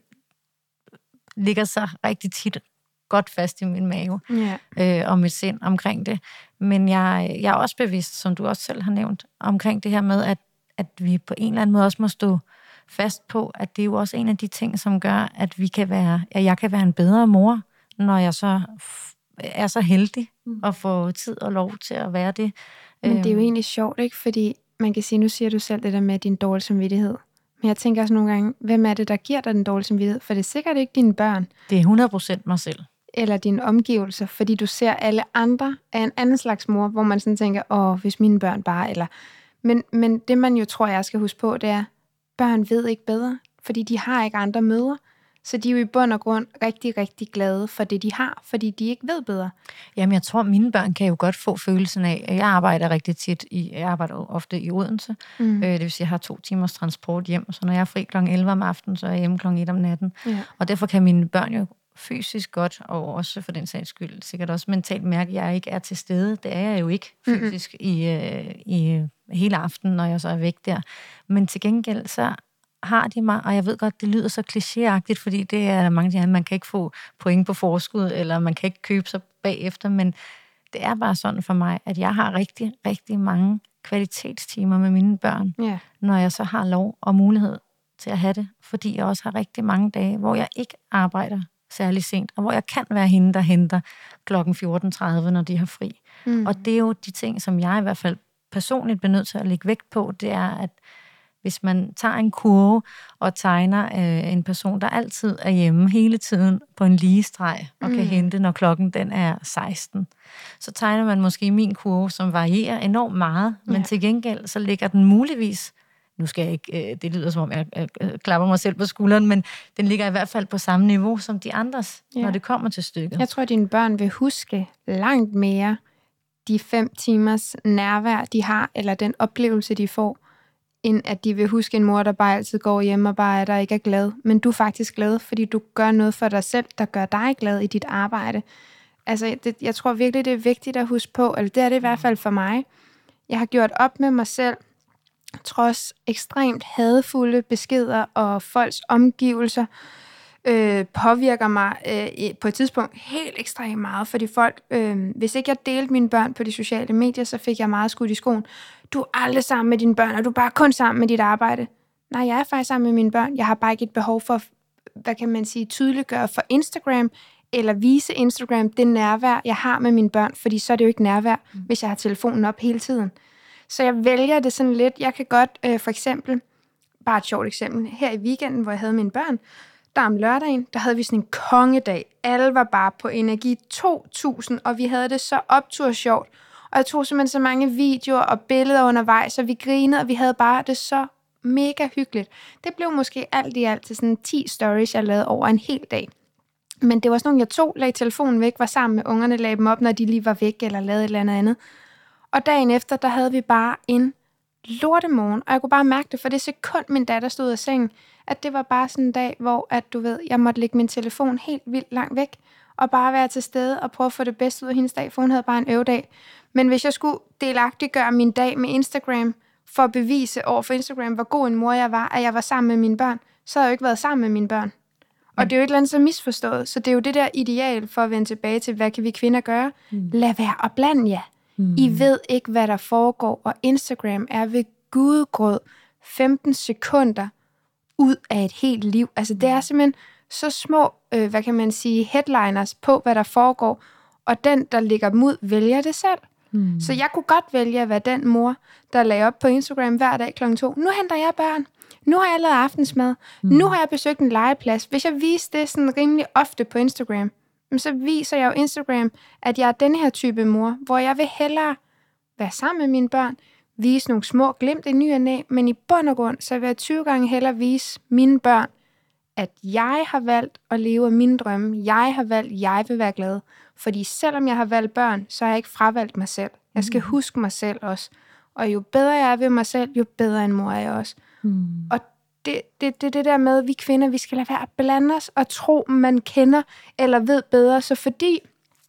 ligger så rigtig tit godt fast i min mave ja. øh, og mit sind omkring det. Men jeg, jeg er også bevidst, som du også selv har nævnt, omkring det her med, at, at vi på en eller anden måde også må stå fast på, at det er jo også en af de ting, som gør, at vi kan være, at jeg kan være en bedre mor, når jeg så er så heldig mm. at få tid og lov til at være det. Men det er jo egentlig sjovt, ikke? Fordi man kan sige, nu siger du selv det der med din dårlige samvittighed. Men jeg tænker også nogle gange, hvem er det, der giver dig den dårlige samvittighed? For det er sikkert ikke dine børn. Det er hundrede procent mig selv. Eller dine omgivelser, fordi du ser alle andre af en anden slags mor, hvor man sådan tænker, åh, hvis mine børn bare, eller... Men, men det, man jo tror, jeg skal huske på, det er, børn ved ikke bedre, fordi de har ikke andre mødre. Så de er jo i bund og grund rigtig, rigtig glade for det, de har, fordi de ikke ved bedre. Jamen, jeg tror, mine børn kan jo godt få følelsen af, at jeg arbejder rigtig tit i, jeg arbejder ofte i Odense, mm. øh, det vil sige, at jeg har to timers transport hjem, så når jeg er fri klokken elleve om aftenen, så er jeg hjemme klokken et om natten. Ja. Og derfor kan mine børn jo fysisk godt, og også for den sags skyld, sikkert også mentalt mærke, at jeg ikke er til stede. Det er jeg jo ikke fysisk mm-hmm. i, øh, i hele aftenen, når jeg så er væk der. Men til gengæld, så har de mig, og jeg ved godt, det lyder så klichéagtigt, fordi det er mange af man kan ikke få point på forskud, eller man kan ikke købe sig bagefter, men det er bare sådan for mig, at jeg har rigtig, rigtig mange kvalitetstimer med mine børn, yeah. når jeg så har lov og mulighed til at have det, fordi jeg også har rigtig mange dage, hvor jeg ikke arbejder særlig sent, og hvor jeg kan være hende, der henter klokken fjorten tredive, når de har fri. Mm. Og det er jo de ting, som jeg i hvert fald personligt bliver nødt til at lægge vægt på, det er, at hvis man tager en kurve og tegner øh, en person, der altid er hjemme hele tiden på en lige streg, og mm. kan hente, når klokken den er seksten, så tegner man måske min kurve, som varierer enormt meget, men ja. til gengæld så ligger den muligvis, nu skal jeg ikke, øh, det lyder som om jeg øh, øh, klapper mig selv på skulderen, men den ligger i hvert fald på samme niveau som de andres, ja. når det kommer til stykket. Jeg tror, at dine børn vil huske langt mere de fem timers nærvær, de har, eller den oplevelse, de får, end at de vil huske en mor, der bare altid går hjem og bare er der ikke er glad. Men du er faktisk glad, fordi du gør noget for dig selv, der gør dig glad i dit arbejde. Altså, det, jeg tror virkelig, det er vigtigt at huske på, eller det er det i hvert fald for mig. Jeg har gjort op med mig selv, trods ekstremt hadefulde beskeder og folks omgivelser, øh, påvirker mig øh, på et tidspunkt helt ekstremt meget, fordi folk, øh, hvis ikke jeg delte mine børn på de sociale medier, så fik jeg meget skudt i skoen. Du er aldrig sammen med dine børn, og du er bare kun sammen med dit arbejde. Nej, jeg er faktisk sammen med mine børn. Jeg har bare ikke et behov for, hvad kan man sige, tydeliggøre for Instagram, eller vise Instagram det nærvær, jeg har med mine børn, fordi så er det jo ikke nærvær, mm. hvis jeg har telefonen op hele tiden. Så jeg vælger det sådan lidt. Jeg kan godt, øh, for eksempel, bare et sjovt eksempel, her i weekenden, hvor jeg havde mine børn, der om lørdagen, der havde vi sådan en kongedag. Alle var bare på energi to tusind, og vi havde det så optur sjovt. Og jeg tog simpelthen så mange videoer og billeder undervejs, og vi grinede, og vi havde bare det så mega hyggeligt. Det blev måske alt i alt til sådan ti stories, jeg lavede over en hel dag. Men det var sådan nogle, jeg tog, lagde telefonen væk, var sammen med ungerne, lagde dem op, når de lige var væk, eller lavede et eller andet andet. Og dagen efter, der havde vi bare en lortemorgen, og jeg kunne bare mærke det, for det sekund, min datter stod af sengen, at det var bare sådan en dag, hvor, at du ved, jeg måtte lægge min telefon helt vildt langt væk, og bare være til stede og prøve at få det bedste ud af hendes dag, for hun havde bare en øvedag. Men hvis jeg skulle delagtiggøre min dag med Instagram, for at bevise over for Instagram, hvor god en mor jeg var, at jeg var sammen med mine børn, så havde jeg jo ikke været sammen med mine børn. Og det er jo et eller andet så misforstået, så det er jo det der ideal for at vende tilbage til, hvad kan vi kvinder gøre? Mm. Lad være og bland jer. Mm. I ved ikke, hvad der foregår, og Instagram er ved gudegrød femten sekunder ud af et helt liv. Altså det er simpelthen så små, øh, hvad kan man sige, headliners på, hvad der foregår, og den, der ligger dem ud, vælger det selv. Mm. Så jeg kunne godt vælge at være den mor, der lagde op på Instagram hver dag klokken to. Nu henter jeg børn. Nu har jeg lavet aftensmad. Mm. Nu har jeg besøgt en legeplads. Hvis jeg viser det sådan rimelig ofte på Instagram, så viser jeg jo Instagram, at jeg er den her type mor, hvor jeg vil hellere være sammen med mine børn, vise nogle små glimt i ny og næ, men i bund og grund, så vil jeg tyve gange hellere vise mine børn, at jeg har valgt at leve af mine drømme. Jeg har valgt, at jeg vil være glad. Fordi selvom jeg har valgt børn, så har jeg ikke fravalgt mig selv. Jeg skal mm. huske mig selv også. Og jo bedre jeg er ved mig selv, jo bedre en mor er jeg også. Mm. Og det det, det det der med, at vi kvinder, vi skal lade være at blande os og tro, man kender eller ved bedre. Så fordi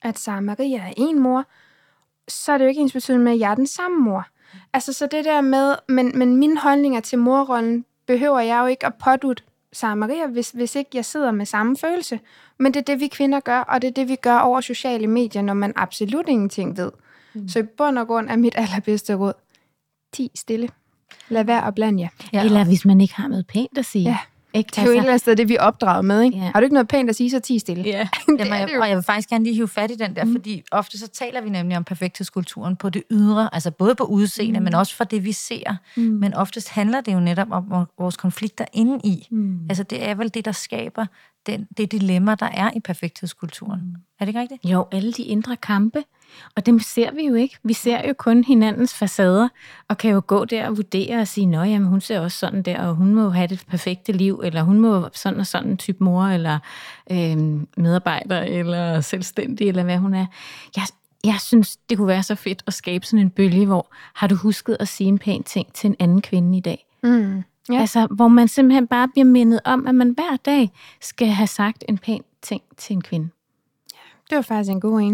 at Sara Maria er en mor, så er det jo ikke ensbetydende med, at jeg er den samme mor. Altså, så det der med, men, men mine holdninger til morrollen behøver jeg jo ikke at pådutte Sara Maria, hvis, hvis ikke jeg sidder med samme følelse. Men det er det, vi kvinder gør, og det er det, vi gør over sociale medier, når man absolut ingenting ved. Mm. Så i bund og grund er mit allerbedste råd, ti stille. Lad være at blande jer. Ja. Eller hvis man ikke har noget pænt at sige. Ja. Ikke? Det er jo et eller andet sted, det vi opdrager med, ikke? Ja. Har du ikke noget pænt at sige, så ti stille. Ja. Jamen, jeg, og jeg vil faktisk gerne lige hive fat i den der, mm. fordi ofte så taler vi nemlig om perfekthedskulturen på det ydre, altså både på udseende, mm. men også for det, vi ser. Mm. Men oftest handler det jo netop om vores konflikter indeni. Mm. Altså det er vel det, der skaber den, det dilemma, der er i perfekthedskulturen. Mm. Er det ikke rigtigt? Jo, alle de indre kampe. Og dem ser vi jo ikke. Vi ser jo kun hinandens facader, og kan jo gå der og vurdere og sige, nå jamen, hun ser også sådan der, og hun må have det perfekte liv, eller hun må sådan og sådan en type mor, eller øh, medarbejder, eller selvstændig, eller hvad hun er. Jeg, jeg synes, det kunne være så fedt at skabe sådan en bølge, hvor har du husket at sige en pæn ting til en anden kvinde i dag? Mm. Ja. Altså, hvor man simpelthen bare bliver mindet om, at man hver dag skal have sagt en pæn ting til en kvinde. Ja, det var faktisk en god en.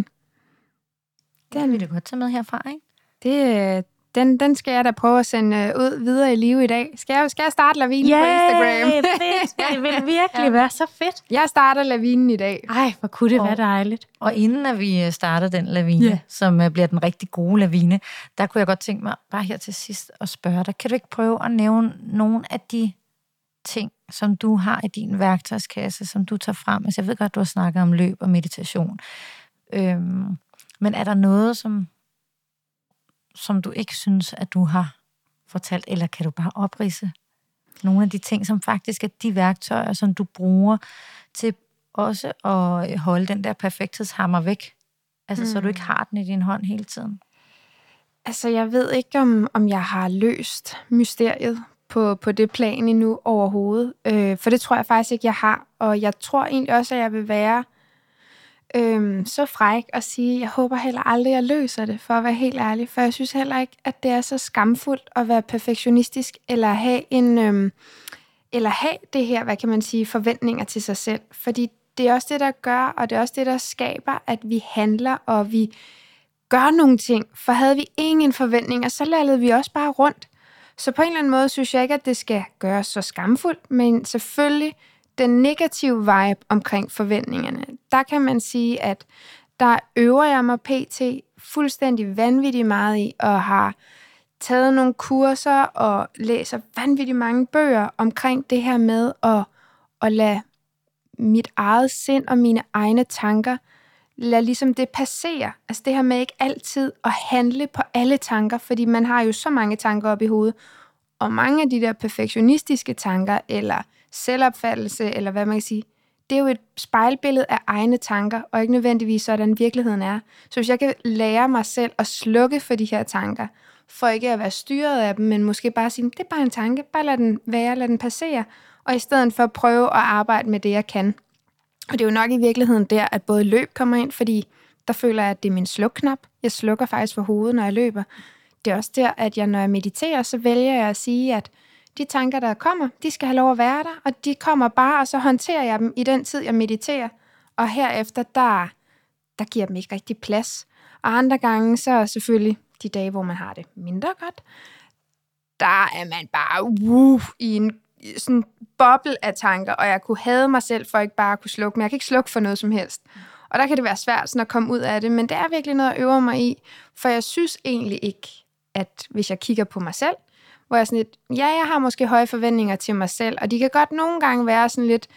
Den vil vi da godt tage med herfra, ikke? Det, den, den skal jeg da prøve at sende ud videre i live i dag. Skal jeg, skal jeg starte lavinen yeah, på Instagram? Fedt. Det vil virkelig ja. være så fedt. Jeg starter lavinen i dag. Ej, hvor kunne det og, være dejligt. Og inden at vi starter den lavine, yeah. som bliver den rigtig gode lavine, der kunne jeg godt tænke mig bare her til sidst at spørge dig. Kan du ikke prøve at nævne nogle af de ting, som du har i din værktøjskasse, som du tager frem? Altså, jeg ved godt, du har snakket om løb og meditation. Øhm, Men er der noget, som, som du ikke synes, at du har fortalt, eller kan du bare opridse nogle af de ting, som faktisk er de værktøjer, som du bruger til også at holde den der perfekthedshammer væk? Altså, mm. så du ikke har den i din hånd hele tiden. Altså, jeg ved ikke, om, om jeg har løst mysteriet på, på det plan endnu overhovedet. Øh, for det tror jeg faktisk ikke, jeg har. Og jeg tror egentlig også, at jeg vil være Øhm, så fræk at sige, jeg håber heller aldrig, jeg løser det, for at være helt ærlig. For jeg synes heller ikke, at det er så skamfuldt at være perfektionistisk, eller have en, øhm, eller have det her, hvad kan man sige, forventninger til sig selv. Fordi det er også det, der gør, og det er også det, der skaber, at vi handler, og vi gør nogle ting. For havde vi ingen forventninger, så lallede vi også bare rundt. Så på en eller anden måde synes jeg ikke, at det skal gøres så skamfuldt, men selvfølgelig den negative vibe omkring forventningerne, der kan man sige, at der øver jeg mig pt. Fuldstændig vanvittigt meget i, og har taget nogle kurser og læser vanvittigt mange bøger omkring det her med at, at lade mit eget sind og mine egne tanker, lade ligesom det passere. Altså det her med ikke altid at handle på alle tanker, fordi man har jo så mange tanker op i hovedet, og mange af de der perfektionistiske tanker, eller selvopfattelse, eller hvad man kan sige, det er jo et spejlbillede af egne tanker, og ikke nødvendigvis sådan virkeligheden er. Så hvis jeg kan lære mig selv at slukke for de her tanker, for ikke at være styret af dem, men måske bare sige, det er bare en tanke, bare lad den være, lad den passere, og i stedet for at prøve at arbejde med det, jeg kan. Og det er jo nok i virkeligheden der, at både løb kommer ind, fordi der føler jeg, at det er min slukknap. Jeg slukker faktisk for hovedet, når jeg løber. Det er også der, at jeg, når jeg mediterer, så vælger jeg at sige, at de tanker, der kommer, de skal have lov at være der, og de kommer bare, og så håndterer jeg dem i den tid, jeg mediterer. Og herefter, der, der giver dem ikke rigtig plads. Og andre gange, så selvfølgelig de dage, hvor man har det mindre godt, der er man bare uh, i en sådan boble af tanker, og jeg kunne hade mig selv for ikke bare at kunne slukke, men jeg kan ikke slukke for noget som helst. Og der kan det være svært sådan at komme ud af det, men det er virkelig noget at øve mig i, for jeg synes egentlig ikke, at hvis jeg kigger på mig selv, hvor jeg sådan lidt, ja, jeg har måske høje forventninger til mig selv, og de kan godt nogle gange være sådan lidt,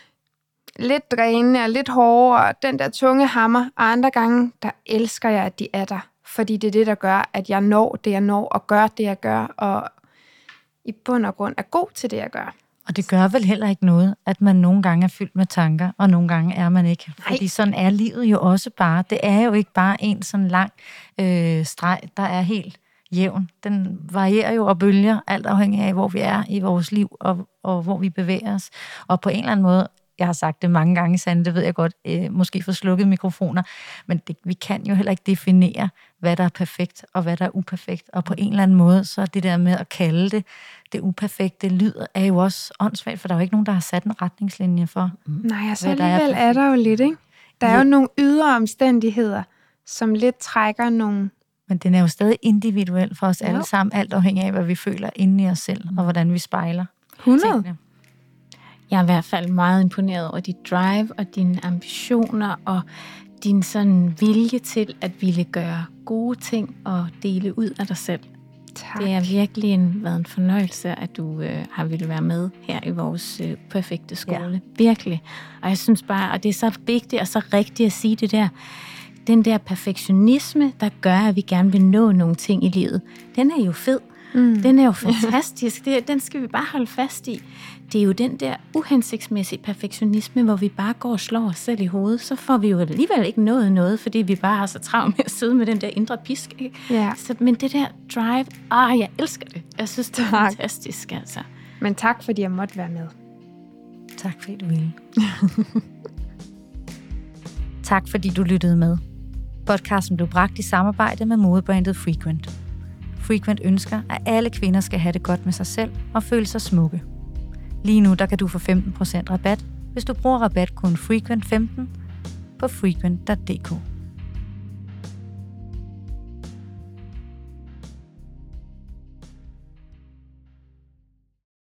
lidt drænende og lidt hårdere, og den der tunge hammer, og andre gange, der elsker jeg, at de er der, fordi det er det, der gør, at jeg når det, jeg når, og gør det, jeg gør, og i bund og grund er god til det, jeg gør. Og det gør vel heller ikke noget, at man nogle gange er fyldt med tanker, og nogle gange er man ikke. Fordi Nej. Sådan er livet jo også bare. Det er jo ikke bare en sådan lang øh, streg, der er helt jævn. Den varierer jo og bølger, alt afhængig af, hvor vi er i vores liv, og, og hvor vi bevæger os. Og på en eller anden måde, jeg har sagt det mange gange, Sanne, det ved jeg godt, øh, måske for slukket mikrofoner, men det, vi kan jo heller ikke definere, hvad der er perfekt, og hvad der er uperfekt. Og på en eller anden måde, så er det der med at kalde det, det uperfekte lyd, er jo også åndssvagt, for der er jo ikke nogen, der har sat en retningslinje for. Nej, altså alligevel er, er der jo lidt, ikke? Der er jo nogle ydre omstændigheder, som lidt trækker nogle... Men den er jo stadig individuel for os jo. alle sammen, alt afhængig af, hvad vi føler inde i os selv, og hvordan vi spejler hundrede tingene. Jeg er i hvert fald meget imponeret over dit drive og dine ambitioner og din sådan vilje til at ville gøre gode ting og dele ud af dig selv. Tak. Det er virkelig en, været en fornøjelse, at du øh, har ville være med her i vores øh, perfekte skole. Ja. Virkelig. Og jeg synes bare, og det er så vigtigt og så rigtigt at sige det der, den der perfektionisme, der gør, at vi gerne vil nå nogle ting i livet, den er jo fed. Mm. Den er jo fantastisk. Det, den skal vi bare holde fast i. Det er jo den der uhensigtsmæssige perfektionisme, hvor vi bare går og slår os selv i hovedet. Så får vi jo alligevel ikke nået noget, fordi vi bare har så travlt med at sidde med den der indre pisk. Ikke? Ja. Så, men det der drive, ah, jeg elsker det. Jeg synes, det er tak. Fantastisk. Altså. Men tak, fordi jeg måtte være med. Tak, fordi du ville. Tak, fordi du lyttede med. Podcasten blev bragt i samarbejde med modebrandet Frequent. Frequent ønsker, at alle kvinder skal have det godt med sig selv og føle sig smukke. Lige nu der kan du få femten procent rabat, hvis du bruger rabatkoden Frequent femten på frequent punktum d k.